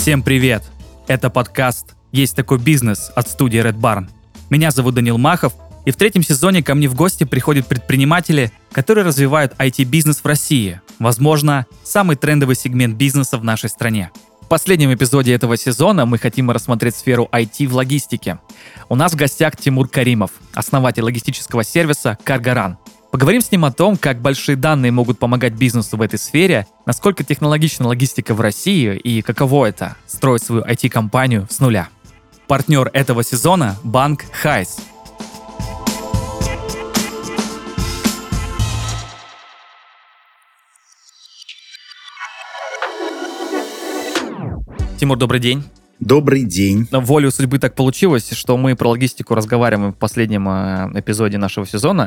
Всем привет! Это подкаст «Есть такой бизнес» от студии Red Barn. Меня зовут Данил Махов, и в 3-м сезоне ко мне в гости приходят предприниматели, которые развивают IT-бизнес в России. Возможно, самый трендовый сегмент бизнеса в нашей стране. В последнем эпизоде этого сезона мы хотим рассмотреть сферу IT в логистике. У нас в гостях Тимур Каримов, основатель логистического сервиса CargoRun. Поговорим с ним о том, как большие данные могут помогать бизнесу в этой сфере, насколько технологична логистика в России и каково это – строить свою IT-компанию с нуля. Партнер этого сезона – банк Хайс. Тимур, добрый день. Добрый день. Волею судьбы так получилось, что мы про логистику разговариваем в последнем эпизоде нашего сезона,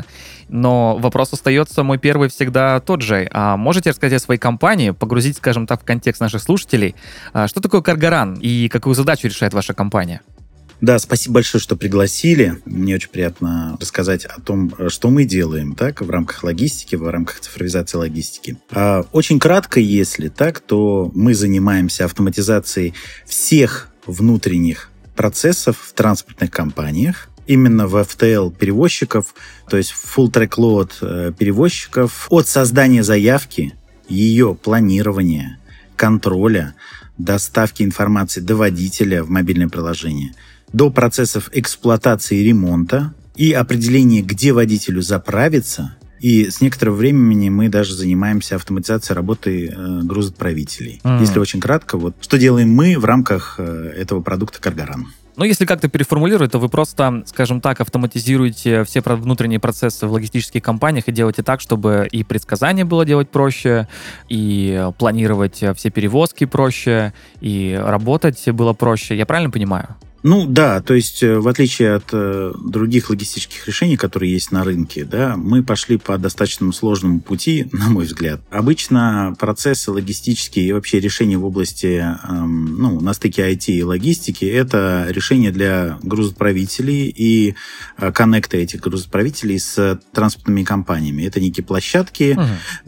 но вопрос остается мой первый всегда тот же. А можете рассказать о своей компании, погрузить, скажем так, в контекст наших слушателей? Что такое CargoRun и какую задачу решает ваша компания? Да, спасибо большое, что пригласили. Мне очень приятно рассказать о том, что мы делаем так, в рамках логистики, в рамках цифровизации логистики. Очень кратко, если так, то мы занимаемся автоматизацией всех внутренних процессов в транспортных компаниях, именно в FTL-перевозчиков, то есть Full Track Load перевозчиков, от создания заявки, ее планирования, контроля, доставки информации до водителя в мобильное приложение, до процессов эксплуатации и ремонта и определения, где водителю заправиться. И с некоторого времени мы даже занимаемся автоматизацией работы грузоотправителей. Если очень кратко, вот что делаем мы в рамках этого продукта CargoRun. Ну, если как-то переформулировать, то вы просто, скажем так, автоматизируете все внутренние процессы в логистических компаниях и делаете так, чтобы и предсказание было делать проще, и планировать все перевозки проще, и работать было проще. Я правильно понимаю? Ну да, то есть в отличие от других логистических решений, которые есть на рынке, да, мы пошли по достаточно сложному пути, на мой взгляд. Обычно процессы логистические и вообще решения в области, на стыке IT и логистики, это решения для грузоотправителей и коннекта этих грузоотправителей с транспортными компаниями. Это некие площадки,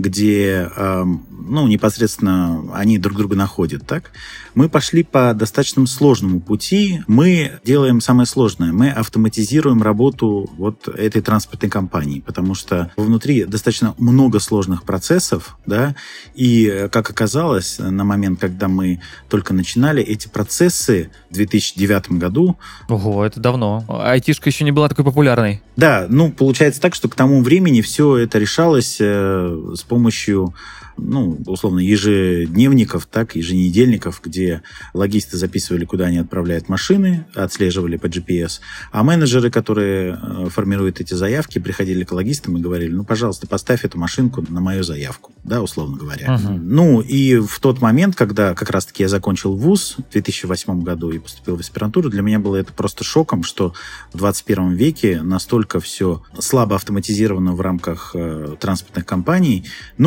где непосредственно они друг друга находят, так? Мы пошли по достаточно сложному пути. Мы делаем самое сложное. Мы автоматизируем работу вот этой транспортной компании, потому что внутри достаточно много сложных процессов, да, и, как оказалось, на момент, когда мы только начинали, эти процессы в 2009 году... Ого, это давно. Айтишка еще не была такой популярной. Да, получается так, что к тому времени все это решалось с помощью... условно, ежедневников, так, еженедельников, где логисты записывали, куда они отправляют машины, отслеживали по GPS, а менеджеры, которые формируют эти заявки, приходили к логистам и говорили, пожалуйста, поставь эту машинку на мою заявку, да, условно говоря. И в тот момент, когда как раз-таки я закончил вуз в 2008 году и поступил в аспирантуру, для меня было это просто шоком, что в 21 веке настолько все слабо автоматизировано в рамках транспортных компаний.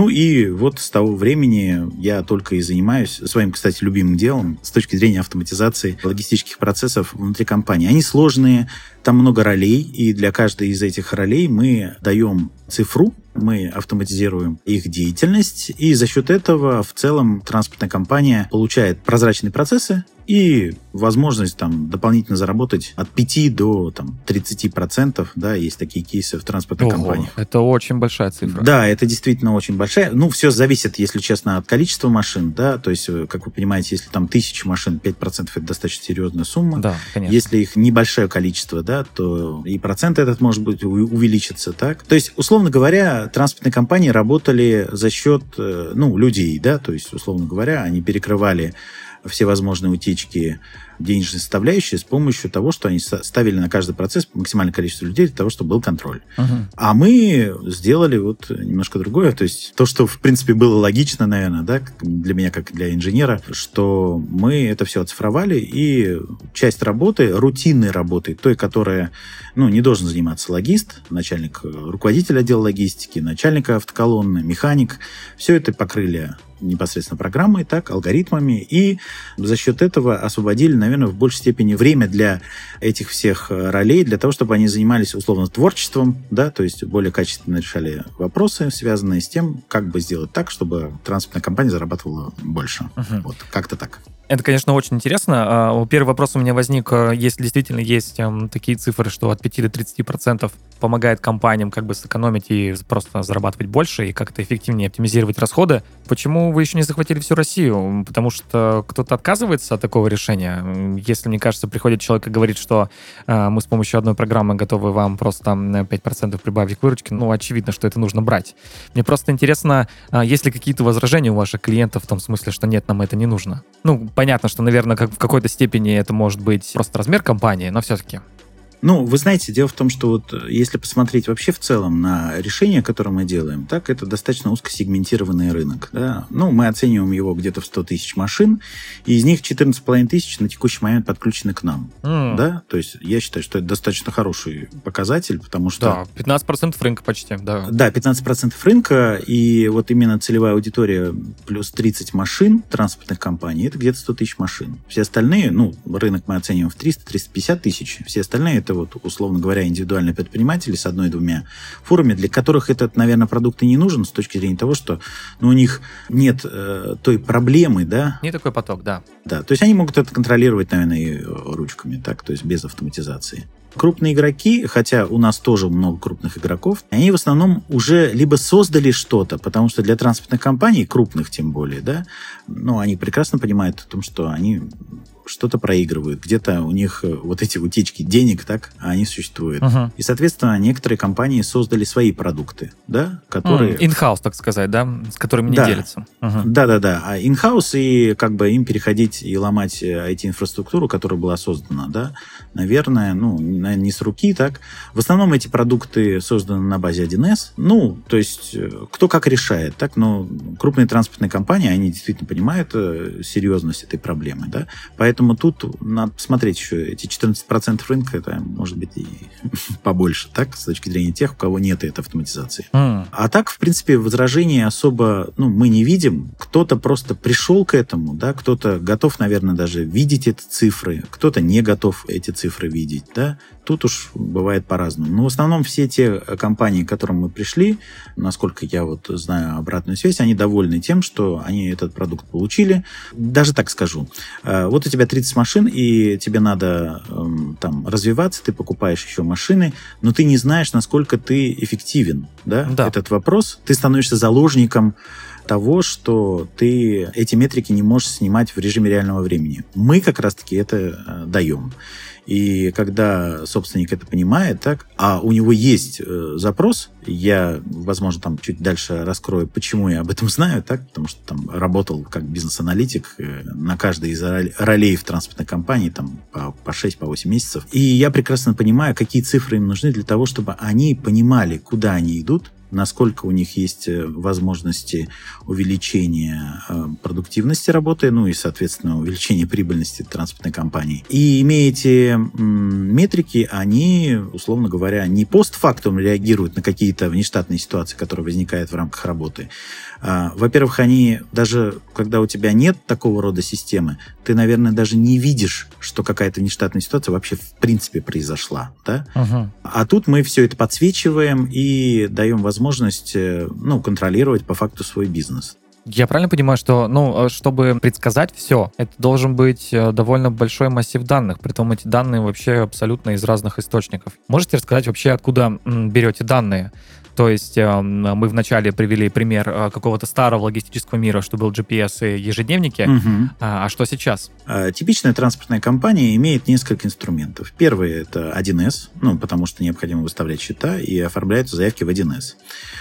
И вот с того времени я только и занимаюсь своим, кстати, любимым делом с точки зрения автоматизации логистических процессов внутри компании. Они сложные, там много ролей, и для каждой из этих ролей мы даем цифру, мы автоматизируем их деятельность, и за счет этого в целом транспортная компания получает прозрачные процессы и возможность дополнительно заработать от 5 до 30%, да, есть такие кейсы в транспортных компаниях. Это очень большая цифра. Да, это действительно очень большая. Все зависит, если честно, от количества машин, да, то есть, как вы понимаете, если там 1000 машин, 5% это достаточно серьезная сумма. Да, конечно. Если их небольшое количество, да, то и процент этот может быть увеличится, так. То есть, условно говоря, транспортные компании работали за счет, людей, да, то есть, условно говоря, они перекрывали все возможные утечки денежной составляющей с помощью того, что они ставили на каждый процесс максимальное количество людей для того, чтобы был контроль. А мы сделали немножко другое, то есть то, что, в принципе, было логично, наверное, да, для меня, как для инженера, что мы это все оцифровали, и часть работы, рутинной работы, той, которая, не должен заниматься логист, руководитель отдела логистики, начальник автоколонны, механик, все это покрыли непосредственно программой, так, алгоритмами, и за счет этого освободили, наверное, в большей степени время для этих всех ролей, для того, чтобы они занимались условно творчеством, да, то есть более качественно решали вопросы, связанные с тем, как бы сделать так, чтобы транспортная компания зарабатывала больше. Вот, как-то так. Это, конечно, очень интересно. Первый вопрос у меня возник, если действительно есть такие цифры, что от 5 до 30% помогает компаниям как бы сэкономить и просто зарабатывать больше и как-то эффективнее оптимизировать расходы, почему вы еще не захватили всю Россию? Потому что кто-то отказывается от такого решения. Если, мне кажется, приходит человек и говорит, что мы с помощью одной программы готовы вам просто 5% прибавить к выручке, очевидно, что это нужно брать. Мне просто интересно, есть ли какие-то возражения у ваших клиентов в том смысле, что нет, нам это не нужно? Понятно, что, наверное, в какой-то степени это может быть просто размер компании, но все-таки. Вы знаете, дело в том, что вот если посмотреть вообще в целом на решение, которое мы делаем, так это достаточно узкосегментированный рынок. Да? Мы оцениваем его где-то в 100 тысяч машин, и из них 14,5 тысяч на текущий момент подключены к нам. Да? То есть я считаю, что это достаточно хороший показатель, потому что... Да, 15% рынка почти. Да, 15% рынка, и вот именно целевая аудитория плюс 30 машин транспортных компаний, это где-то 100 тысяч машин. Все остальные, рынок мы оцениваем в 300-350 тысяч, все остальные это условно говоря, индивидуальные предприниматели с одной-двумя фурами, для которых этот, наверное, продукт и не нужен с точки зрения того, что у них нет той проблемы, да? Не такой поток, да. Да, то есть они могут это контролировать, наверное, и ручками, так, то есть без автоматизации. Крупные игроки, хотя у нас тоже много крупных игроков, они в основном уже либо создали что-то, потому что для транспортных компаний, крупных тем более, да, они прекрасно понимают о том, что они что-то проигрывают. Где-то у них вот эти утечки денег, так, они существуют. И, соответственно, некоторые компании создали свои продукты, да, которые... In-house, так сказать, да, с которыми не делятся. Да. А in-house и как бы им переходить и ломать IT-инфраструктуру, которая была создана, да, наверное, не с руки, так. В основном эти продукты созданы на базе 1С. То есть кто как решает, так, но крупные транспортные компании, они действительно понимают серьезность этой проблемы, да. Поэтому тут надо посмотреть еще эти 14% рынка, это может быть и побольше, так, с точки зрения тех, у кого нет этой автоматизации. А так, в принципе, возражений особо, мы не видим. Кто-то просто пришел к этому, да, кто-то готов, наверное, даже видеть эти цифры, кто-то не готов эти цифры видеть, да. Тут уж бывает по-разному. Но в основном все те компании, к которым мы пришли, насколько я знаю обратную связь, они довольны тем, что они этот продукт получили. Даже так скажу. Вот у тебя 30 машин, и тебе надо там развиваться, ты покупаешь еще машины, но ты не знаешь, насколько ты эффективен. Да? Этот вопрос. Ты становишься заложником того, что ты эти метрики не можешь снимать в режиме реального времени. Мы как раз-таки это даем. И когда собственник это понимает, так, а у него есть запрос, я, возможно, там чуть дальше раскрою, почему я об этом знаю, так, потому что там работал как бизнес-аналитик на каждой из ролей в транспортной компании там, по 6-8 месяцев. И я прекрасно понимаю, какие цифры им нужны для того, чтобы они понимали, куда они идут, насколько у них есть возможности увеличения продуктивности работы, и, соответственно, увеличения прибыльности транспортной компании. И имея эти метрики, они, условно говоря, не постфактум реагируют на какие-то внештатные ситуации, которые возникают в рамках работы. Во-первых, они, даже когда у тебя нет такого рода системы, ты, наверное, даже не видишь, что какая-то внештатная ситуация вообще в принципе произошла. Да? А тут мы все это подсвечиваем и даем возможность контролировать по факту свой бизнес. Я правильно понимаю, что, чтобы предсказать все, это должен быть довольно большой массив данных, притом эти данные вообще абсолютно из разных источников. Можете рассказать вообще, откуда берете данные? То есть мы вначале привели пример какого-то старого логистического мира, что был GPS и ежедневники. А что сейчас? Типичная транспортная компания имеет несколько инструментов. Первый — это 1С, потому что необходимо выставлять счета и оформляются заявки в 1С.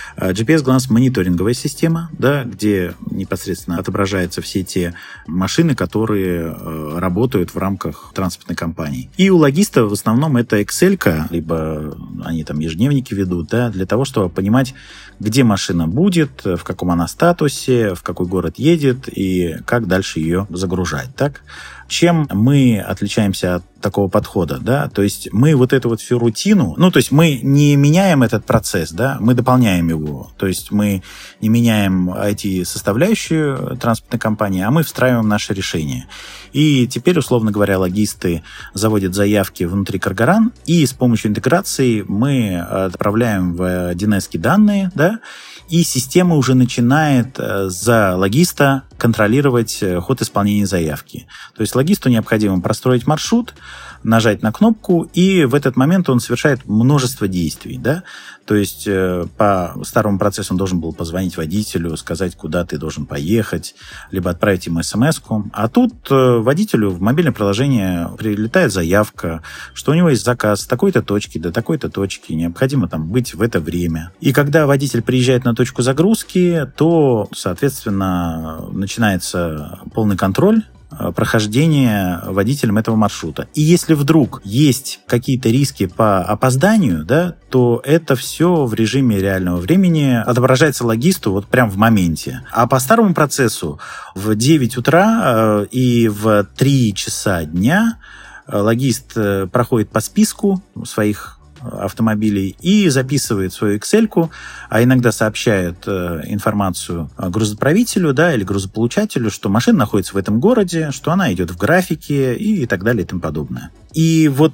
GPS GLONASS — мониторинговая система, да, где непосредственно отображаются все те машины, которые работают в рамках транспортной компании. И у логиста в основном это Excel-ка, либо они там ежедневники ведут, да, для того, чтобы понимать, где машина будет, в каком она статусе, в какой город едет и как дальше ее загружать. Так? Чем мы отличаемся от такого подхода, да? То есть мы вот эту вот всю рутину, то есть мы не меняем этот процесс, да, мы дополняем его. То есть мы не меняем IT-составляющую транспортной компании, а мы встраиваем наше решение. И теперь, условно говоря, логисты заводят заявки внутри Каргаран, и с помощью интеграции мы отправляем в 1С данные, да, и система уже начинает за логиста контролировать ход исполнения заявки. То есть логисту необходимо простроить маршрут, нажать на кнопку, и в этот момент он совершает множество действий. Да? То есть по старому процессу он должен был позвонить водителю, сказать, куда ты должен поехать, либо отправить ему смс-ку. А тут водителю в мобильное приложение прилетает заявка, что у него есть заказ с такой-то точки до такой-то точки, необходимо там быть в это время. И когда водитель приезжает на точку загрузки, то, соответственно, начинается полный контроль прохождения водителем этого маршрута. И если вдруг есть какие-то риски по опозданию, да, то это все в режиме реального времени отображается логисту вот прям в моменте. А по старому процессу в 9 утра и в 3 часа дня логист проходит по списку своих автомобилей и записывает свою Excel-ку, а иногда сообщает информацию грузоотправителю, да, или грузополучателю, что машина находится в этом городе, что она идет в графике и так далее и тому подобное. И вот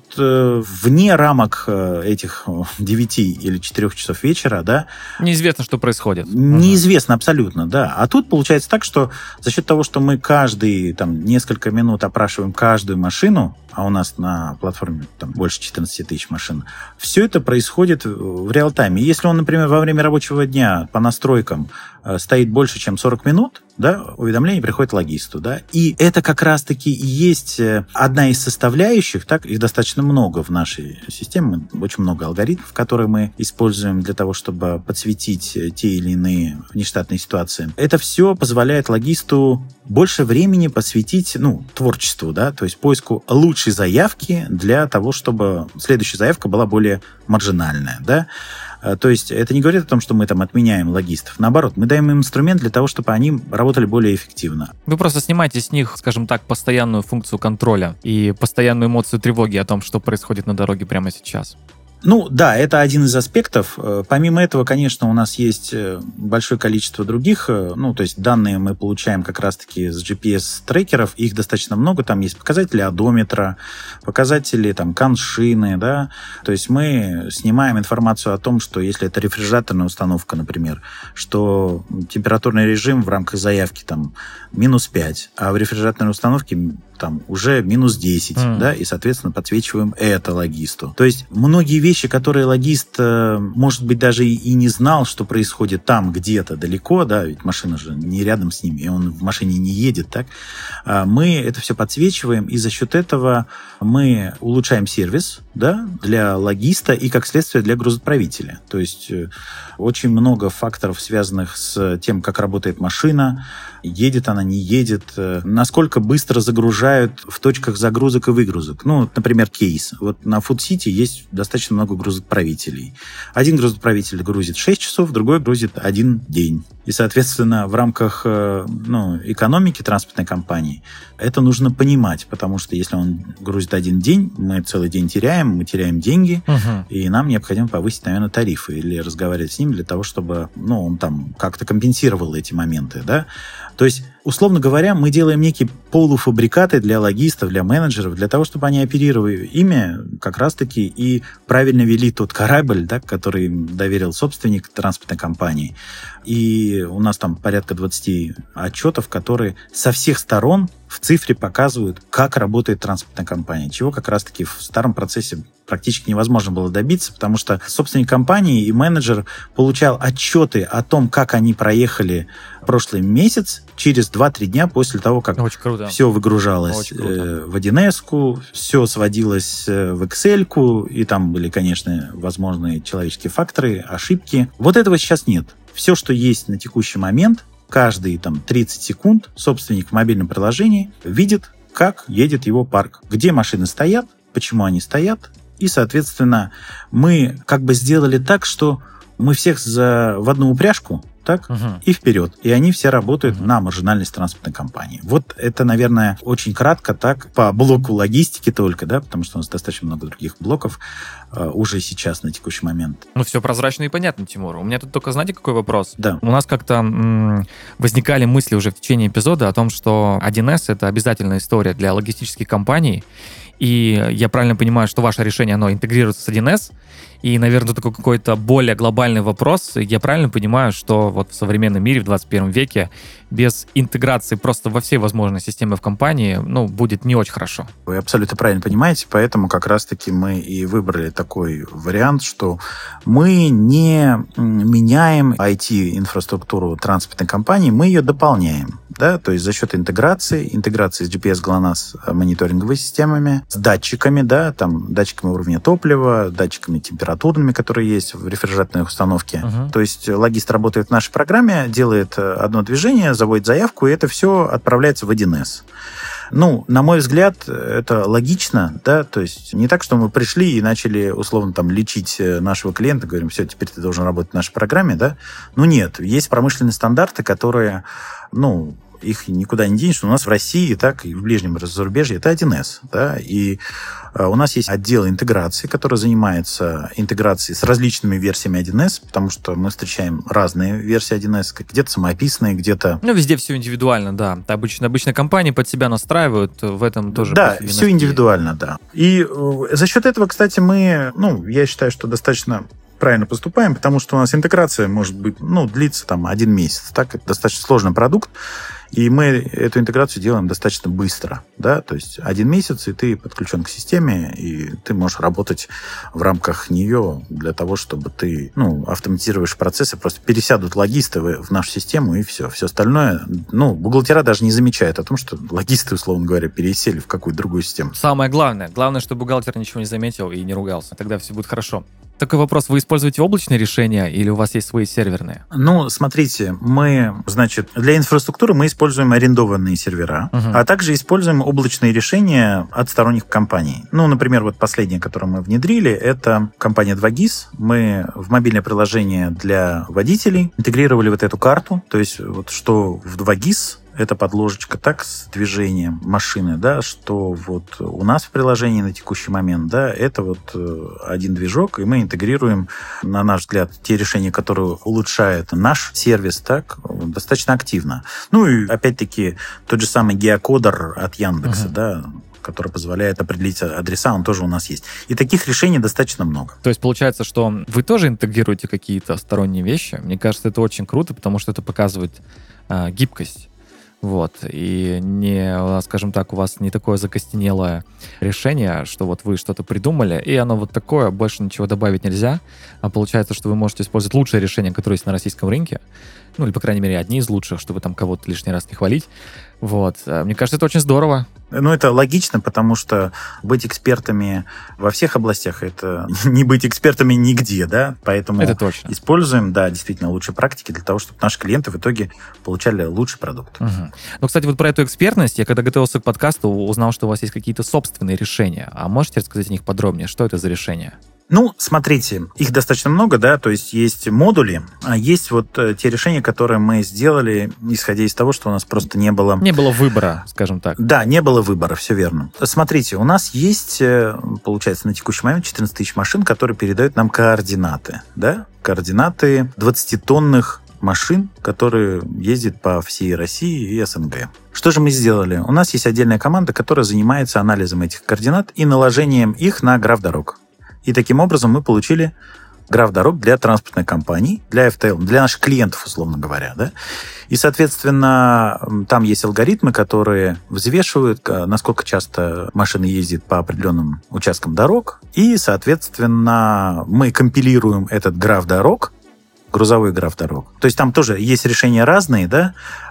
вне рамок этих 9 или 4 часов вечера, да... Неизвестно, что происходит. Неизвестно абсолютно, да. А тут получается так, что за счет того, что мы каждые там, несколько минут опрашиваем каждую машину, а у нас на платформе там, больше 14 тысяч машин, все это происходит в реал-тайме. Если он, например, во время рабочего дня по настройкам стоит больше, чем 40 минут, да, уведомление приходит логисту. Да, и это как раз-таки и есть одна из составляющих, так, их достаточно много в нашей системе, очень много алгоритмов, которые мы используем для того, чтобы подсветить те или иные внештатные ситуации. Это все позволяет логисту больше времени посвятить, творчеству, да, то есть поиску лучшей заявки для того, чтобы следующая заявка была более маржинальная, да. То есть это не говорит о том, что мы там отменяем логистов. Наоборот, мы даем им инструмент для того, чтобы они работали более эффективно. Вы просто снимаете с них, скажем так, постоянную функцию контроля и постоянную эмоцию тревоги о том, что происходит на дороге прямо сейчас. Да, это один из аспектов. Помимо этого, конечно, у нас есть большое количество других. То есть данные мы получаем как раз-таки с GPS-трекеров. Их достаточно много. Там есть показатели одометра, показатели там коншины, да. То есть мы снимаем информацию о том, что если это рефрижераторная установка, например, что температурный режим в рамках заявки там -5, а в рефрижераторной установке там уже -10, да, и, соответственно, подсвечиваем это логисту. То есть многие вещи, которые логист, может быть, даже и не знал, что происходит там где-то далеко, да, ведь машина же не рядом с ним, и он в машине не едет, так, мы это все подсвечиваем, и за счет этого мы улучшаем сервис, да, для логиста и, как следствие, для грузоотправителя. То есть очень много факторов, связанных с тем, как работает машина, едет она, не едет, насколько быстро загружают в точках загрузок и выгрузок. Например, кейс. Вот на Food City есть достаточно много грузоотправителей. Один грузоотправитель грузит 6 часов, другой грузит 1 день. И, соответственно, в рамках экономики транспортной компании это нужно понимать, потому что если он грузит 1 день, мы целый день теряем, мы теряем деньги, и нам необходимо повысить, наверное, тарифы или разговаривать с ним для того, чтобы он там как-то компенсировал эти моменты, да. То есть, условно говоря, мы делаем некие полуфабрикаты для логистов, для менеджеров, для того, чтобы они оперировали ими как раз-таки и правильно вели тот корабль, да, который им доверил собственник транспортной компании. И у нас там порядка 20 отчетов, которые со всех сторон в цифре показывают, как работает транспортная компания, чего как раз-таки в старом процессе практически невозможно было добиться, потому что собственник компании и менеджер получал отчеты о том, как они проехали прошлый месяц через 2-3 дня после того, как все выгружалось в 1С, все сводилось в Excel, и там были, конечно, возможные человеческие факторы, ошибки. Вот этого сейчас нет. Все, что есть на текущий момент, каждые 30 секунд собственник в мобильном приложении видит, как едет его парк, где машины стоят, почему они стоят, и, соответственно, мы как бы сделали так, что мы всех в одну упряжку, так, и вперед. И они все работают на маржинальность транспортной компании. Вот это, наверное, очень кратко так, по блоку логистики только, да, потому что у нас достаточно много других блоков уже сейчас, на текущий момент. Все прозрачно и понятно, Тимур. У меня тут только, знаете, какой вопрос? Да. У нас как-то возникали мысли уже в течение эпизода о том, что 1С — это обязательная история для логистических компаний, И я правильно понимаю, что ваше решение, оно интегрируется с 1С. И, наверное, такой какой-то более глобальный вопрос. Я правильно понимаю, что вот в современном мире, в 21 веке, без интеграции просто во все возможные системы в компании, будет не очень хорошо? Вы абсолютно правильно понимаете, поэтому как раз-таки мы и выбрали такой вариант, что мы не меняем IT-инфраструктуру транспортной компании, мы ее дополняем. Да? То есть за счет интеграции с GPS, GLONASS мониторинговыми системами, с датчиками, да, там, датчиками уровня топлива, датчиками температурными, которые есть в рефрижераторной установке. То есть логист работает в нашей программе, делает одно движение, заводит заявку, и это все отправляется в 1С. На мой взгляд, это логично, да, то есть не так, что мы пришли и начали, условно, там, лечить нашего клиента, говорим, все, теперь ты должен работать в нашей программе, да. Нет, есть промышленные стандарты, которые, их никуда не денешь. У нас в России, так и в ближнем зарубежье это 1С. Да? И у нас есть отдел интеграции, который занимается интеграцией с различными версиями 1С, потому что мы встречаем разные версии 1С, где-то самописные, где-то... Везде все индивидуально, да. Обычно компании под себя настраивают, в этом тоже... Да, все индивидуально, да. И за счет этого, кстати, мы, я считаю, что достаточно правильно поступаем, потому что у нас интеграция может быть, длится там 1 месяц. Так, это достаточно сложный продукт, и мы эту интеграцию делаем достаточно быстро, да, то есть 1 месяц, и ты подключен к системе, и ты можешь работать в рамках нее для того, чтобы ты, автоматизируешь процессы, просто пересядут логисты в нашу систему, и все. Все остальное, бухгалтера даже не замечают о том, что логисты, условно говоря, пересели в какую-то другую систему. Самое главное, чтобы бухгалтер ничего не заметил и не ругался, тогда все будет хорошо. Такой вопрос, вы используете облачные решения или у вас есть свои серверные? Смотрите, мы, для инфраструктуры мы используем арендованные сервера, а также используем облачные решения от сторонних компаний. Например, последнее, которое мы внедрили, это компания 2GIS. Мы в мобильное приложение для водителей интегрировали эту карту, то есть что в 2GIS это подложечка так с движением машины, да, что у нас в приложении на текущий момент, да, это один движок, и мы интегрируем, на наш взгляд, те решения, которые улучшают наш сервис, так, достаточно активно. И опять-таки тот же самый геокодер от Яндекса, да, который позволяет определить адреса, он тоже у нас есть. И таких решений достаточно много. То есть получается, что вы тоже интегрируете какие-то сторонние вещи? Мне кажется, это очень круто, потому что это показывает гибкость. И не, скажем так, у вас не такое закостенелое решение, что вы что-то придумали, и оно такое, больше ничего добавить нельзя, а получается, что вы можете использовать лучшее решение, которое есть на российском рынке, или, по крайней мере, одни из лучших, чтобы там кого-то лишний раз не хвалить. Мне кажется, это очень здорово. Это логично, потому что быть экспертами во всех областях — это не быть экспертами нигде, да? Поэтому это точно. Используем, да, действительно, лучшие практики для того, чтобы наши клиенты в итоге получали лучший продукт. Кстати, про эту экспертность, я когда готовился к подкасту, узнал, что у вас есть какие-то собственные решения. А можете рассказать о них подробнее? Что это за решения? Смотрите, их достаточно много, да, то есть модули, а есть те решения, которые мы сделали, исходя из того, что у нас просто не было... Не было выбора, скажем так. Да, не было выбора, все верно. Смотрите, у нас есть, получается, на текущий момент 14 тысяч машин, которые передают нам координаты, да, координаты 20-тонных машин, которые ездят по всей России и СНГ. Что же мы сделали? У нас есть отдельная команда, которая занимается анализом этих координат и наложением их на граф дорог. И таким образом мы получили граф дорог для транспортной компании, для FTL, для наших клиентов, условно говоря. Да? И, соответственно, там есть алгоритмы, которые взвешивают, насколько часто машины ездят по определенным участкам дорог. И, соответственно, мы компилируем этот граф дорог, грузовой граф дорог. То есть там тоже есть решения разные, да,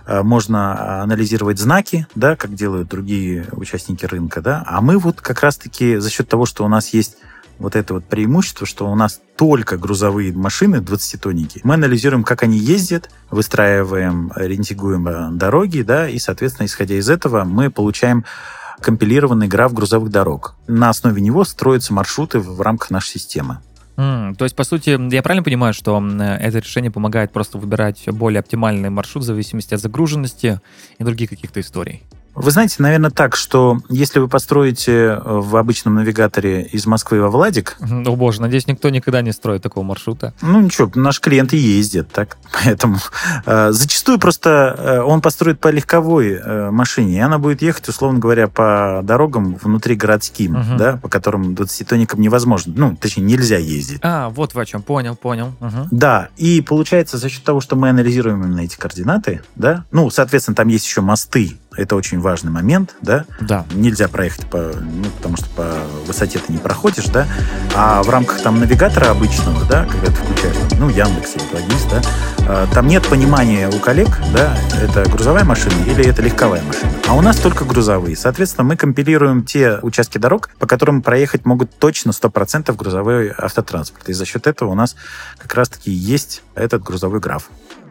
можно анализировать знаки, да, как делают другие участники рынка, да, а мы как раз-таки за счет того, что у нас есть это преимущество, что у нас только грузовые машины, 20-тонники. Мы анализируем, как они ездят, выстраиваем, рейтингуем дороги, да, и, соответственно, исходя из этого, мы получаем компилированный граф грузовых дорог. На основе него строятся маршруты в рамках нашей системы. То есть, по сути, я правильно понимаю, что это решение помогает просто выбирать более оптимальный маршрут в зависимости от загруженности и других каких-то историй? Вы знаете, наверное, так, что если вы построите в обычном навигаторе из Москвы во Владик... О боже, надеюсь, никто никогда не строит такого маршрута. Ну, ничего, наши клиенты ездят, так? Поэтому зачастую просто он построит по легковой машине, и она будет ехать, условно говоря, по дорогам внутригородским, да, по которым 20-тонникам невозможно, ну, точнее, нельзя ездить. Вот вы о чем. Понял. Да, и получается, за счет того, что мы анализируем именно эти координаты, да, ну, соответственно, там есть еще мосты, это очень важный момент, да? Да. Нельзя проехать потому что по высоте ты не проходишь, да? А в рамках там навигатора обычного, да, когда ты включаешь, ну, Яндекс или 2GIS, да, там нет понимания у коллег, да, это грузовая машина или это легковая машина. А у нас только грузовые. Соответственно, мы компилируем те участки дорог, по которым проехать могут точно 100% грузовой автотранспорт. И за счет этого у нас как раз-таки есть этот грузовой граф.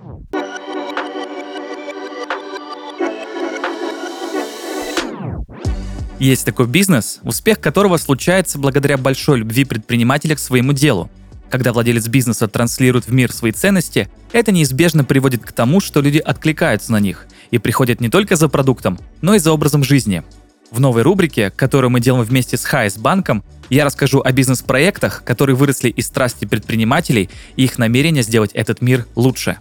Есть такой бизнес, успех которого случается благодаря большой любви предпринимателя к своему делу. Когда владелец бизнеса транслирует в мир свои ценности, это неизбежно приводит к тому, что люди откликаются на них и приходят не только за продуктом, но и за образом жизни. В новой рубрике, которую мы делаем вместе с Хайс банком, я расскажу о бизнес-проектах, которые выросли из страсти предпринимателей и их намерения сделать этот мир лучше.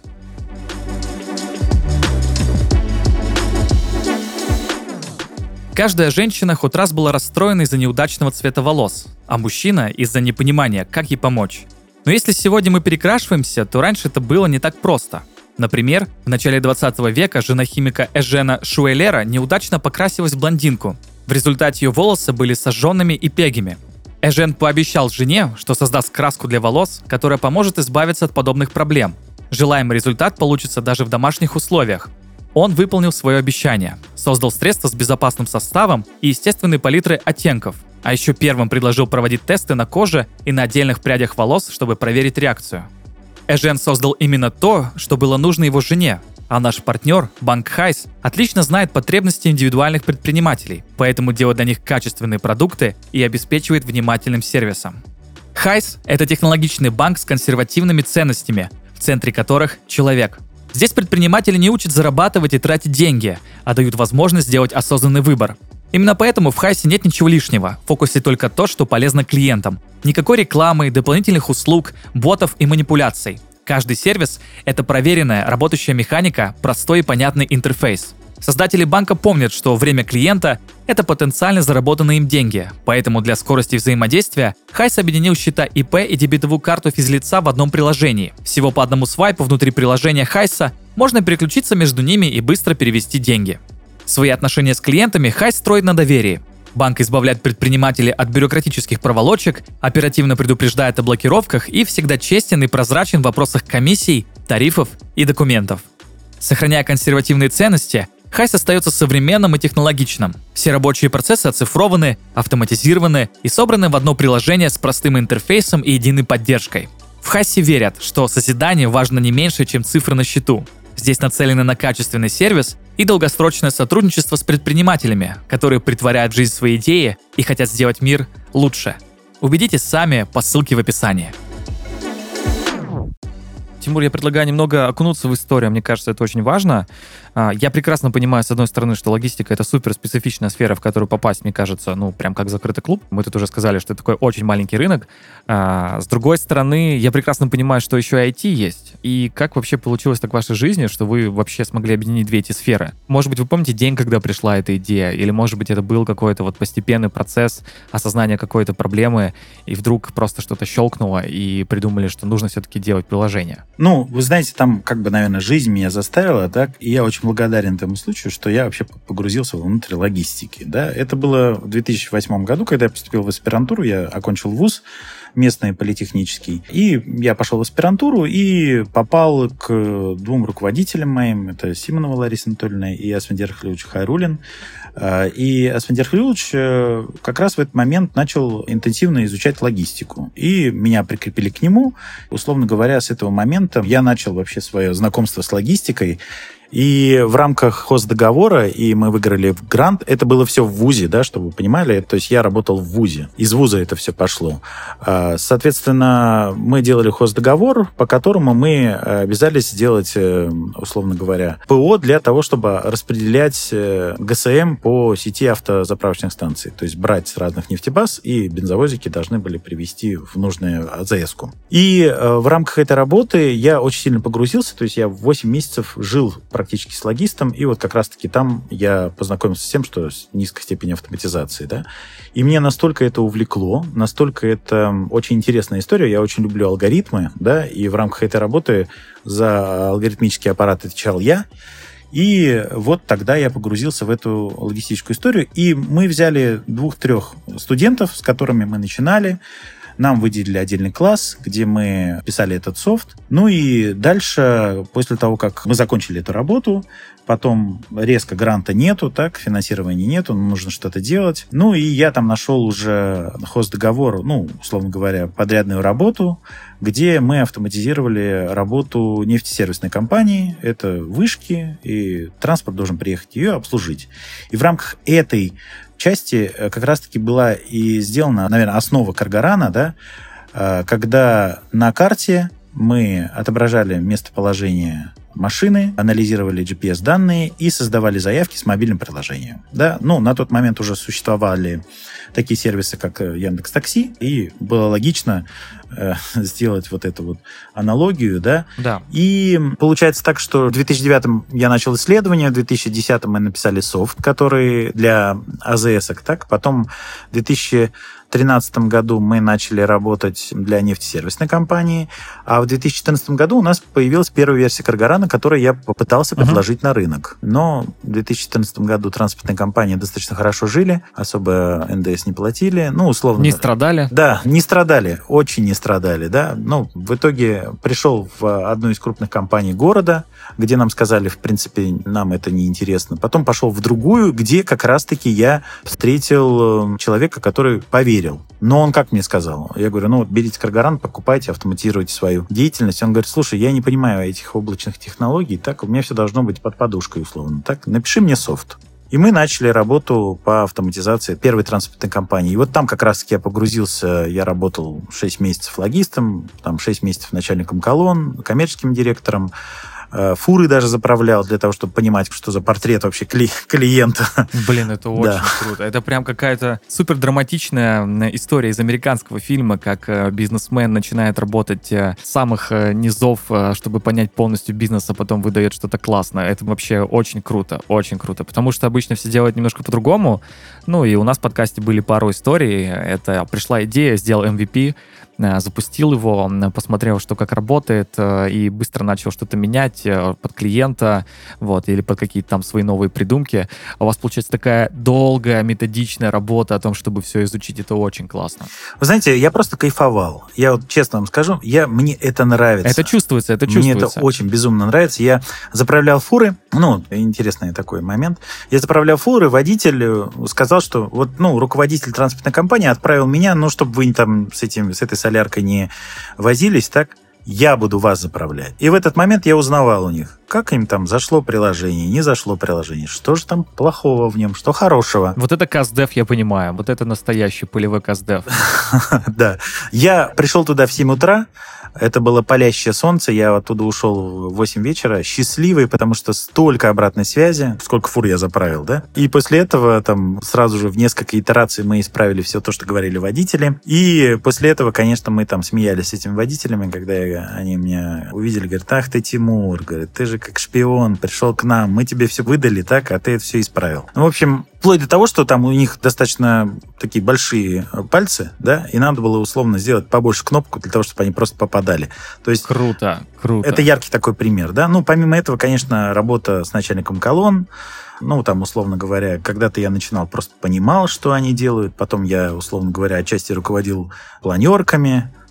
Каждая женщина хоть раз была расстроена из-за неудачного цвета волос, а мужчина из-за непонимания, как ей помочь. Но если сегодня мы перекрашиваемся, то раньше это было не так просто. Например, в начале 20 века жена химика Эжена Шуэлера неудачно покрасилась в блондинку. В результате ее волосы были сожженными и пегими. Эжен пообещал жене, что создаст краску для волос, которая поможет избавиться от подобных проблем. Желаемый результат получится даже в домашних условиях. Он выполнил свое обещание, создал средства с безопасным составом и естественной палитрой оттенков, а еще первым предложил проводить тесты на коже и на отдельных прядях волос, чтобы проверить реакцию. Эжен создал именно то, что было нужно его жене, а наш партнер, банк Хайс, отлично знает потребности индивидуальных предпринимателей, поэтому делает для них качественные продукты и обеспечивает внимательным сервисом. Хайс – это технологичный банк с консервативными ценностями, в центре которых – человек. Здесь предприниматели не учат зарабатывать и тратить деньги, а дают возможность сделать осознанный выбор. Именно поэтому в Хайсе нет ничего лишнего, в фокусе только то, что полезно клиентам. Никакой рекламы, дополнительных услуг, ботов и манипуляций. Каждый сервис – это проверенная, работающая механика, простой и понятный интерфейс. Создатели банка помнят, что время клиента – это потенциально заработанные им деньги, поэтому для скорости взаимодействия Хайс объединил счета ИП и дебетовую карту физлица в одном приложении. Всего по одному свайпу внутри приложения Хайса можно переключиться между ними и быстро перевести деньги. Свои отношения с клиентами Хайс строит на доверии. Банк избавляет предпринимателей от бюрократических проволочек, оперативно предупреждает о блокировках и всегда честен и прозрачен в вопросах комиссий, тарифов и документов. Сохраняя консервативные ценности, Хайс остается современным и технологичным. Все рабочие процессы оцифрованы, автоматизированы и собраны в одно приложение с простым интерфейсом и единой поддержкой. В Хайсе верят, что созидание важно не меньше, чем цифры на счету. Здесь нацелены на качественный сервис и долгосрочное сотрудничество с предпринимателями, которые притворяют в жизнь свои идеи и хотят сделать мир лучше. Убедитесь сами по ссылке в описании. Тимур, я предлагаю немного окунуться в историю, мне кажется, это очень важно. Я прекрасно понимаю, с одной стороны, что логистика — это супер специфичная сфера, в которую попасть, мне кажется, прям как закрытый клуб. Мы тут уже сказали, что это такой очень маленький рынок. С другой стороны, я прекрасно понимаю, что еще и IT есть. И как вообще получилось так в вашей жизни, что вы вообще смогли объединить две эти сферы? Может быть, вы помните день, когда пришла эта идея? Или, может быть, это был какой-то постепенный процесс осознания какой-то проблемы, и вдруг просто что-то щелкнуло, и придумали, что нужно все-таки делать приложение? Вы знаете, там, наверное, жизнь меня заставила, так, и я очень благодарен этому случаю, что я вообще погрузился внутрь логистики, да. Это было в 2008 году, когда я поступил в аспирантуру, я окончил вуз местный политехнический, и я пошел в аспирантуру и попал к двум руководителям моим, это Симонова Лариса Анатольевна и Асфендиар Халилович Хайруллин. И Асфендиар Халилович как раз в этот момент начал интенсивно изучать логистику. И меня прикрепили к нему. Условно говоря, с этого момента я начал вообще свое знакомство с логистикой. И в рамках хоздоговора, и мы выиграли грант, это было все в ВУЗе, да, чтобы вы понимали, то есть я работал в ВУЗе. Из ВУЗа это все пошло. Соответственно, мы делали хоздоговор, по которому мы обязались сделать, условно говоря, ПО для того, чтобы распределять ГСМ по сети автозаправочных станций. То есть брать с разных нефтебаз, и бензовозики должны были привезти в нужную АЗС-ку. И в рамках этой работы я очень сильно погрузился, то есть я 8 месяцев жил практически с логистом, и вот как раз-таки там я познакомился с тем, что с низкой степенью автоматизации, да. И мне настолько это увлекло, настолько это очень интересная история, я очень люблю алгоритмы, да, и в рамках этой работы за алгоритмический аппарат отвечал я. И вот тогда я погрузился в эту логистическую историю, и мы взяли 2-3 студентов, с которыми мы начинали. Нам выделили отдельный класс, где мы писали этот софт. Ну и дальше, после того, как мы закончили эту работу, потом резко гранта нету, так, финансирования нету, нужно что-то делать. Ну и я там нашел уже хоздоговор, ну, условно говоря, подрядную работу, где мы автоматизировали работу нефтесервисной компании. Это вышки, и транспорт должен приехать ее обслужить. И в рамках этой части как раз-таки была и сделана, наверное, основа Каргарана, да, когда на карте мы отображали местоположение машины, анализировали GPS-данные и создавали заявки с мобильным приложением. Да? Ну, на тот момент уже существовали такие сервисы, как Яндекс.Такси, и было логично сделать вот эту вот аналогию, да? Да. И получается так, что в 2009 я начал исследование, в 2010 мы написали софт, который для АЗС-ок, так? Потом в 2013 году мы начали работать для нефтесервисной компании, а в 2014 году у нас появилась первая версия Каргарана, которую я попытался предложить на рынок. Но в 2014 году транспортные компании достаточно хорошо жили, особо НДС не платили, ну, условно... Не страдали? Да, не страдали, очень не страдали, да. Ну, в итоге пришел в одну из крупных компаний города, где нам сказали, в принципе, нам это не интересно. Потом пошел в другую, где как раз-таки я встретил человека, который поверил. Но он как мне сказал? Я говорю, ну вот берите Каргаран, покупайте, автоматизируйте свою деятельность. Он говорит, слушай, я не понимаю этих облачных технологий, так у меня все должно быть под подушкой условно. Так, напиши мне софт. И мы начали работу по автоматизации первой транспортной компании. И вот там как раз-таки я погрузился, я работал 6 месяцев логистом, там 6 месяцев начальником колонн, коммерческим директором, фуры даже заправлял для того, чтобы понимать, что за портрет вообще клиента. Блин, это очень круто. Это прям какая-то супер драматичная история из американского фильма, как бизнесмен начинает работать с самых низов, чтобы понять полностью бизнес, а потом выдает что-то классное. Это вообще очень круто, потому что обычно все делают немножко по-другому. Ну и у нас в подкасте были пару историй. Это пришла идея, сделал MVP, запустил его, посмотрел, что как работает, и быстро начал что-то менять под клиента, вот, или под какие-то там свои новые придумки. А у вас получается такая долгая, методичная работа о том, чтобы все изучить. Это очень классно. Вы знаете, я просто кайфовал. Я вот честно вам скажу, мне это нравится. Это чувствуется. Мне это очень безумно нравится. Я заправлял фуры, ну, интересный такой момент. Я заправлял фуры, водитель сказал, что вот, ну, руководитель транспортной компании отправил меня, ну, чтобы вы там с этой соляркой не возились, так, я буду вас заправлять. И в этот момент я узнавал у них, как им там зашло приложение, не зашло приложение, что же там плохого в нем, что хорошего. Вот это КАЗДЕВ, я понимаю, вот это настоящий полевой КАЗДЕВ. Да. Я пришел туда в 7 утра, это было палящее солнце, я оттуда ушел в 8 вечера, счастливый, потому что столько обратной связи, сколько фур я заправил, да? И после этого там сразу же в несколько итераций мы исправили все то, что говорили водители. И после этого, конечно, мы там смеялись с этими водителями, когда они меня увидели, говорят, ах ты, Тимур, говорят, ты же как шпион пришел к нам, мы тебе все выдали, так, а ты это все исправил. Ну, в общем, вплоть до того, что там у них достаточно такие большие пальцы, да, и надо было условно сделать побольше кнопку для того, чтобы они просто попадали. То есть круто. Это яркий такой пример, да. Ну, помимо этого, конечно, работа с начальником колонн, ну, там, условно говоря, когда-то я начинал, просто понимал, что они делают, потом я, условно говоря, отчасти руководил планерками,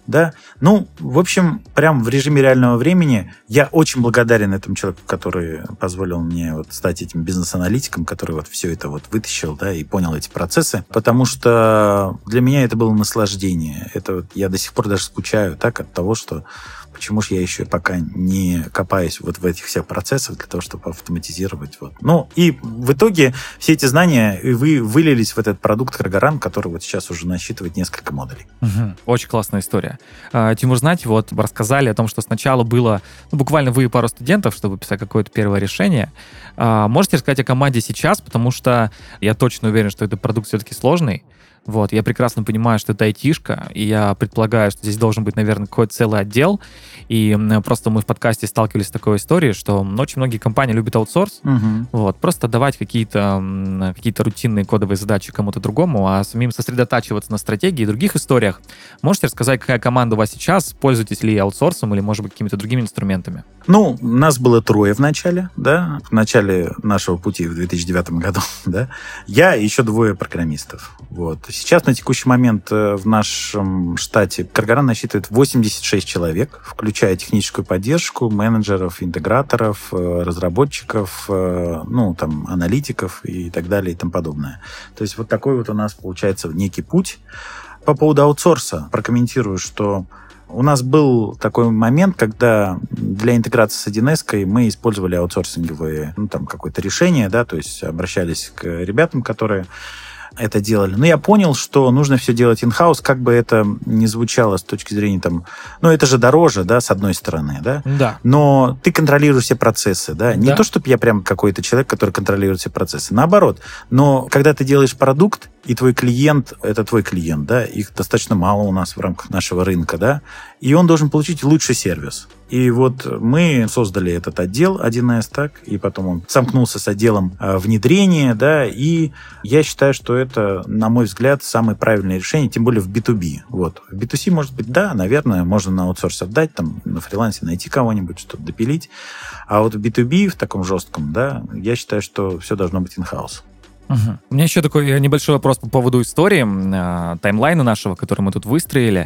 да. Ну, в общем, прям в режиме реального времени я очень благодарен этому человеку, который позволил мне вот стать этим бизнес-аналитиком, который вот все это вот вытащил, да, и понял эти процессы, потому что для меня это было наслаждение. Это вот я до сих пор даже скучаю так от того, что почему же я еще пока не копаюсь вот в этих всех процессах для того, чтобы автоматизировать. Вот. Ну, и в итоге все эти знания вылились в этот продукт Каргаран, который вот сейчас уже насчитывает несколько модулей. Угу. Очень классная история. Тимур, знаете, вот рассказали о том, что сначала было буквально вы и пару студентов, чтобы писать какое-то первое решение. Можете рассказать о команде сейчас, потому что я точно уверен, что этот продукт все-таки сложный. Вот, я прекрасно понимаю, что это айтишка, и я предполагаю, что здесь должен быть, наверное, какой-то целый отдел. И просто мы в подкасте сталкивались с такой историей, что очень многие компании любят аутсорс. Угу. Вот, просто давать какие-то рутинные кодовые задачи кому-то другому, а самим сосредотачиваться на стратегии и других историях. Можете рассказать, какая команда у вас сейчас? Пользуетесь ли аутсорсом или, может быть, какими-то другими инструментами? Ну, нас было 3 в начале, да, в начале нашего пути в 2009 году, да. Я и еще 2 программистов. Вот. Сейчас на текущий момент в нашем штате Каргаран насчитывает 86 человек, включая техническую поддержку, менеджеров, интеграторов, разработчиков, ну, там, аналитиков и так далее и тому подобное. То есть вот такой вот у нас получается некий путь. По поводу аутсорса прокомментирую, что у нас был такой момент, когда для интеграции с 1С мы использовали аутсорсинговые, ну, там, какое-то решение, да, то есть обращались к ребятам, которые это делали. Но я понял, что нужно все делать in-house, как бы это ни звучало с точки зрения там... Ну, это же дороже, да, с одной стороны, да? Да. Но ты контролируешь все процессы, да? Не то, чтобы я прям какой-то человек, который контролирует все процессы. Наоборот. Но когда ты делаешь продукт, и твой клиент, это твой клиент, да, их достаточно мало у нас в рамках нашего рынка, да, и он должен получить лучший сервис. И вот мы создали этот отдел 1С, так, и потом он сомкнулся с отделом внедрения, да, и я считаю, что это, на мой взгляд, самое правильное решение, тем более в B2B. Вот. В B2C, может быть, да, наверное, можно на аутсорс отдать, там, на фрилансе найти кого-нибудь, что-то допилить, а вот в B2B, в таком жестком, да, я считаю, что все должно быть in-house. Угу. У меня еще такой небольшой вопрос по поводу истории, таймлайна нашего, который мы тут выстроили.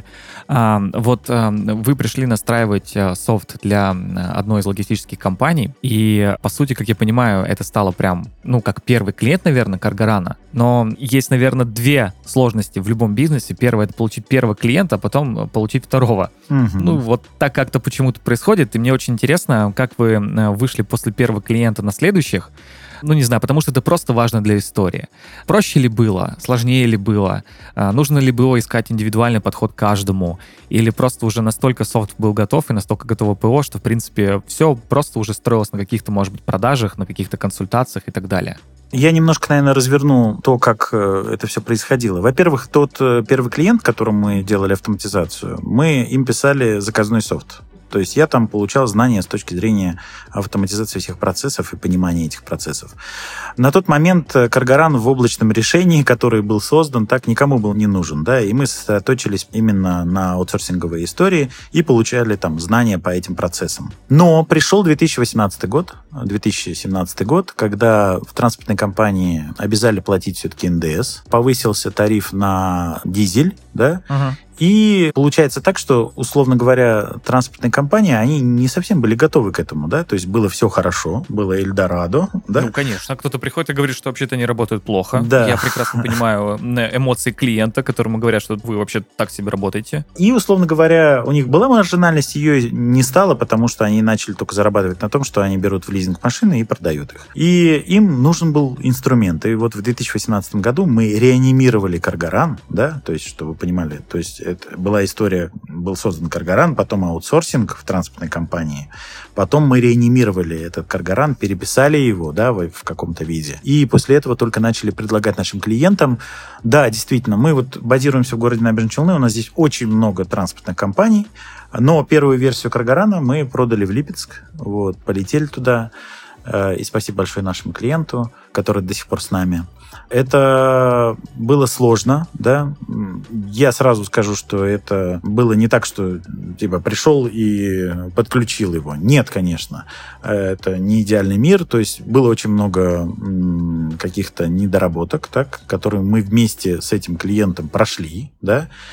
Вот вы пришли настраивать софт для одной из логистических компаний, и, по сути, как я понимаю, это стало прям, ну, как первый клиент, наверное, Каргарана. Но есть, наверное, 2 сложности в любом бизнесе. Первое — это получить первого клиента, а потом получить второго. Угу. Ну, вот так как-то почему-то происходит, и мне очень интересно, как вы вышли после первого клиента на следующих. Ну, не знаю, потому что это просто важно для истории. Проще ли было? Сложнее ли было? Нужно ли было искать индивидуальный подход к каждому? Или просто уже настолько софт был готов и настолько готово ПО, что, в принципе, все просто уже строилось на каких-то, может быть, продажах, на каких-то консультациях и так далее? Я немножко, наверное, разверну то, как это все происходило. Во-первых, тот первый клиент, которому мы делали автоматизацию, мы им писали заказной софт. То есть я там получал знания с точки зрения автоматизации всех процессов и понимания этих процессов. На тот момент Каргаран в облачном решении, который был создан, так никому был не нужен, да, и мы сосредоточились именно на аутсорсинговой истории и получали там знания по этим процессам. Но пришел 2018 год, 2017 год, когда в транспортной компании обязали платить все-таки НДС, повысился тариф на дизель, да, и получается так, что, условно говоря, транспортные компании, они не совсем были готовы к этому, да, то есть было все хорошо, было Эльдорадо, да. Ну, конечно, кто-то приходит и говорит, что вообще-то они работают плохо. Да. Я прекрасно понимаю эмоции клиента, которому говорят, что вы вообще так себе работаете. И, условно говоря, у них была маржинальность, ее не стало, потому что они начали только зарабатывать на том, что они берут в лизинг машины и продают их. И им нужен был инструмент. И вот в 2018 году мы реанимировали Каргаран, да, то есть, чтобы вы понимали, то есть это была история, был создан Каргаран, потом аутсорсинг в транспортной компании, потом мы реанимировали этот Каргаран, переписали его, да, в каком-то виде, и после этого только начали предлагать нашим клиентам. Да, действительно, мы вот базируемся в городе Набережные Челны, у нас здесь очень много транспортных компаний, но первую версию Каргарана мы продали в Липецк, вот, полетели туда, и спасибо большое нашему клиенту, который до сих пор с нами. Это было сложно, да. Я сразу скажу, что это было не так, что типа пришел и подключил его. Нет, конечно. Это не идеальный мир, то есть было очень много каких-то недоработок, так, которые мы вместе с этим клиентом прошли, да.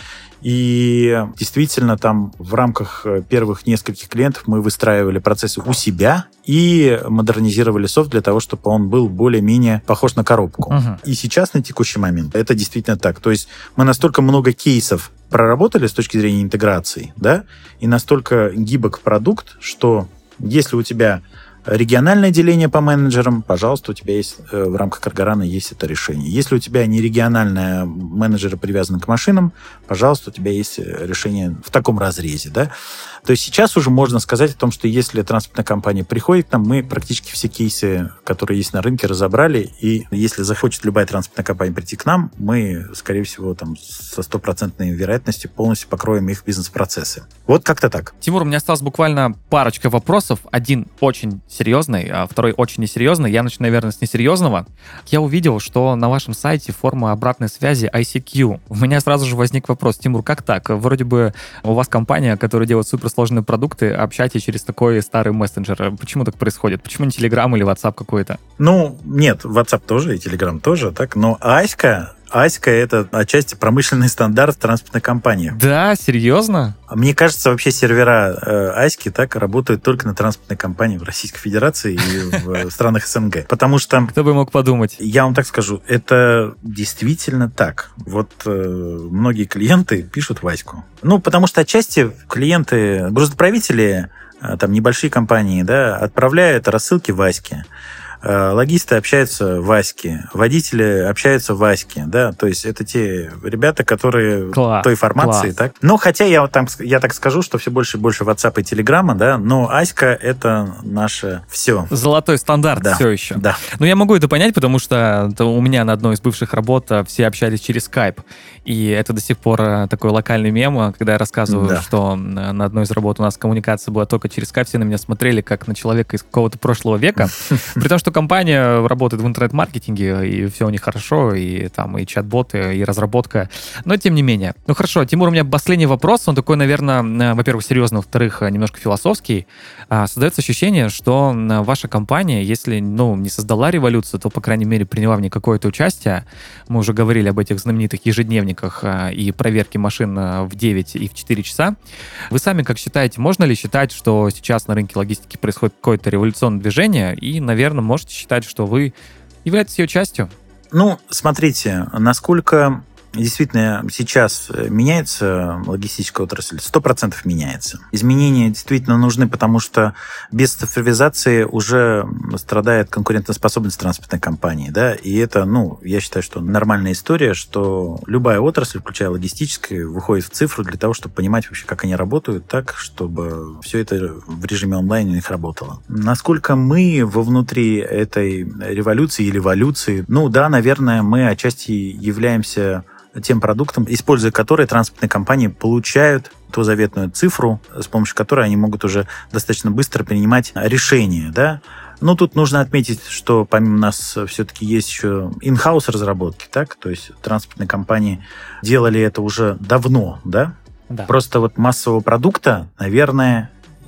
И действительно там в рамках первых нескольких клиентов мы выстраивали процессы у себя и модернизировали софт для того, чтобы он был более-менее похож на коробку. И сейчас, на текущий момент, это действительно так. То есть мы настолько много кейсов проработали с точки зрения интеграции, да, и настолько гибок продукт, что если у тебя региональное деление по менеджерам, пожалуйста, у тебя есть в рамках Каргарана есть это решение. Если у тебя не региональные менеджеры привязаны к машинам, пожалуйста, у тебя есть решение в таком разрезе, да. То есть сейчас уже можно сказать о том, что если транспортная компания приходит к нам, мы практически все кейсы, которые есть на рынке, разобрали, и если захочет любая транспортная компания прийти к нам, мы, скорее всего, там со 100% вероятностью полностью покроем их бизнес-процессы. Вот как-то так. Тимур, у меня осталось буквально парочка вопросов. Один очень серьезный, а второй очень несерьезный. Я начну, наверное, с несерьезного. Я увидел, что на вашем сайте форма обратной связи ICQ. У меня сразу же возник вопрос. Тимур, как так? Вроде бы у вас компания, которая делает суперсложные продукты, общайтесь через такой старый мессенджер. Почему так происходит? Почему не Telegram или WhatsApp какой-то? Ну, нет, WhatsApp тоже и Telegram тоже, так, но Аська — это отчасти промышленный стандарт в транспортных компаниях. Да, серьезно? Мне кажется, вообще сервера Аськи так работают только на транспортной компании в Российской Федерации и в странах СНГ. Потому что... Кто бы мог подумать? Я вам так скажу, это действительно так. Вот многие клиенты пишут в Аську. Ну, потому что отчасти клиенты, грузоотправители, там небольшие компании, да, отправляют рассылки в Аське. Логисты общаются в Аське, водители общаются в Аське, да, то есть это те ребята, которые той формации, так. Но хотя я так скажу, что все больше и больше WhatsApp и Telegram, да, но Аська — это наше все. Золотой стандарт, да, все еще. Да. Но я могу это понять, потому что у меня на одной из бывших работ все общались через Skype, и это до сих пор такой локальный мем, когда я рассказываю, что на одной из работ у нас коммуникация была только через Skype, все на меня смотрели как на человека из какого-то прошлого века, при том, что компания работает в интернет-маркетинге, и все у них хорошо, и там и чат-боты, и разработка. Но тем не менее. Ну хорошо, Тимур, у меня последний вопрос. Он такой, наверное, во-первых, серьезный, во-вторых, немножко философский. Создается ощущение, что ваша компания, если, не создала революцию, то, по крайней мере, приняла в ней какое-то участие. Мы уже говорили об этих знаменитых ежедневниках и проверке машин в 9 и в 4 часа. Вы сами как считаете, можно ли считать, что сейчас на рынке логистики происходит какое-то революционное движение, и, наверное, можете считать, что вы являетесь ее частью? Ну, смотрите, насколько действительно сейчас меняется логистическая отрасль, 100% меняется. Изменения действительно нужны, потому что без цифровизации уже страдает конкурентоспособность транспортной компании, да, и это, я считаю, что нормальная история, что любая отрасль, включая логистическую, выходит в цифру для того, чтобы понимать вообще, как они работают, так, чтобы все это в режиме онлайн у них работало. Насколько мы вовнутри этой революции или эволюции, наверное, мы отчасти являемся тем продуктом, используя который транспортные компании получают ту заветную цифру, с помощью которой они могут уже достаточно быстро принимать решения, да. Но тут нужно отметить, что помимо нас все-таки есть еще in-house разработки, так, то есть транспортные компании делали это уже давно, да. Да. Просто вот массового продукта, наверное,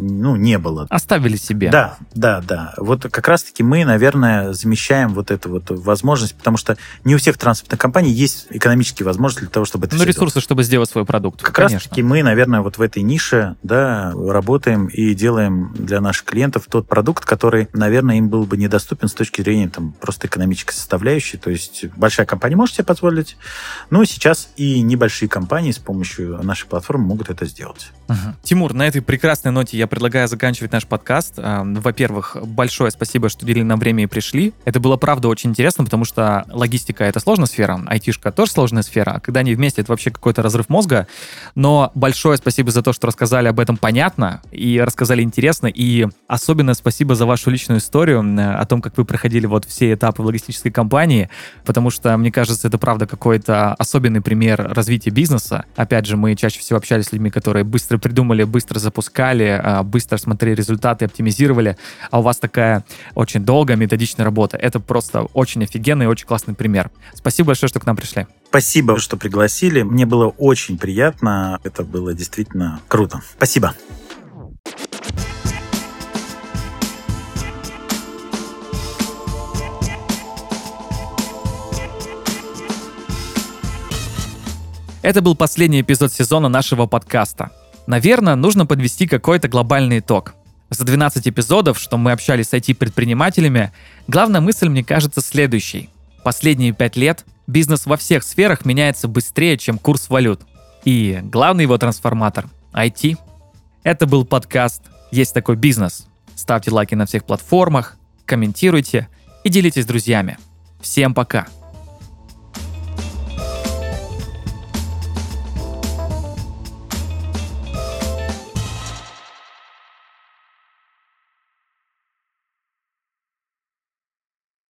не было. Оставили себе. Да. Вот как раз-таки мы, наверное, замещаем вот эту вот возможность, потому что не у всех транспортных компаний есть экономические возможности для того, чтобы это все ресурсы, делать. Чтобы сделать свой продукт. Как раз-таки мы, наверное, вот в этой нише, да, работаем и делаем для наших клиентов тот продукт, который, наверное, им был бы недоступен с точки зрения там просто экономической составляющей. То есть большая компания может себе позволить, но сейчас и небольшие компании с помощью нашей платформы могут это сделать. Тимур, на этой прекрасной ноте я предлагаю заканчивать наш подкаст. Во-первых, большое спасибо, что уделили нам время и пришли. Это было, правда, очень интересно, потому что логистика — это сложная сфера, айтишка тоже сложная сфера, а когда они вместе, это вообще какой-то разрыв мозга. Но большое спасибо за то, что рассказали об этом понятно и рассказали интересно, и особенно спасибо за вашу личную историю о том, как вы проходили вот все этапы в логистической компании, потому что, мне кажется, это, правда, какой-то особенный пример развития бизнеса. Опять же, мы чаще всего общались с людьми, которые быстро придумали, быстро запускали, быстро смотрели результаты, оптимизировали, а у вас такая очень долгая методичная работа. Это просто очень офигенный и очень классный пример. Спасибо большое, что к нам пришли. Спасибо, что пригласили. Мне было очень приятно. Это было действительно круто. Спасибо. Это был последний эпизод сезона нашего подкаста. Наверное, нужно подвести какой-то глобальный итог. За 12 эпизодов, что мы общались с IT-предпринимателями, главная мысль, мне кажется, следующей. Последние 5 лет бизнес во всех сферах меняется быстрее, чем курс валют. И главный его трансформатор – IT. Это был подкаст «Есть такой бизнес». Ставьте лайки на всех платформах, комментируйте и делитесь с друзьями. Всем пока!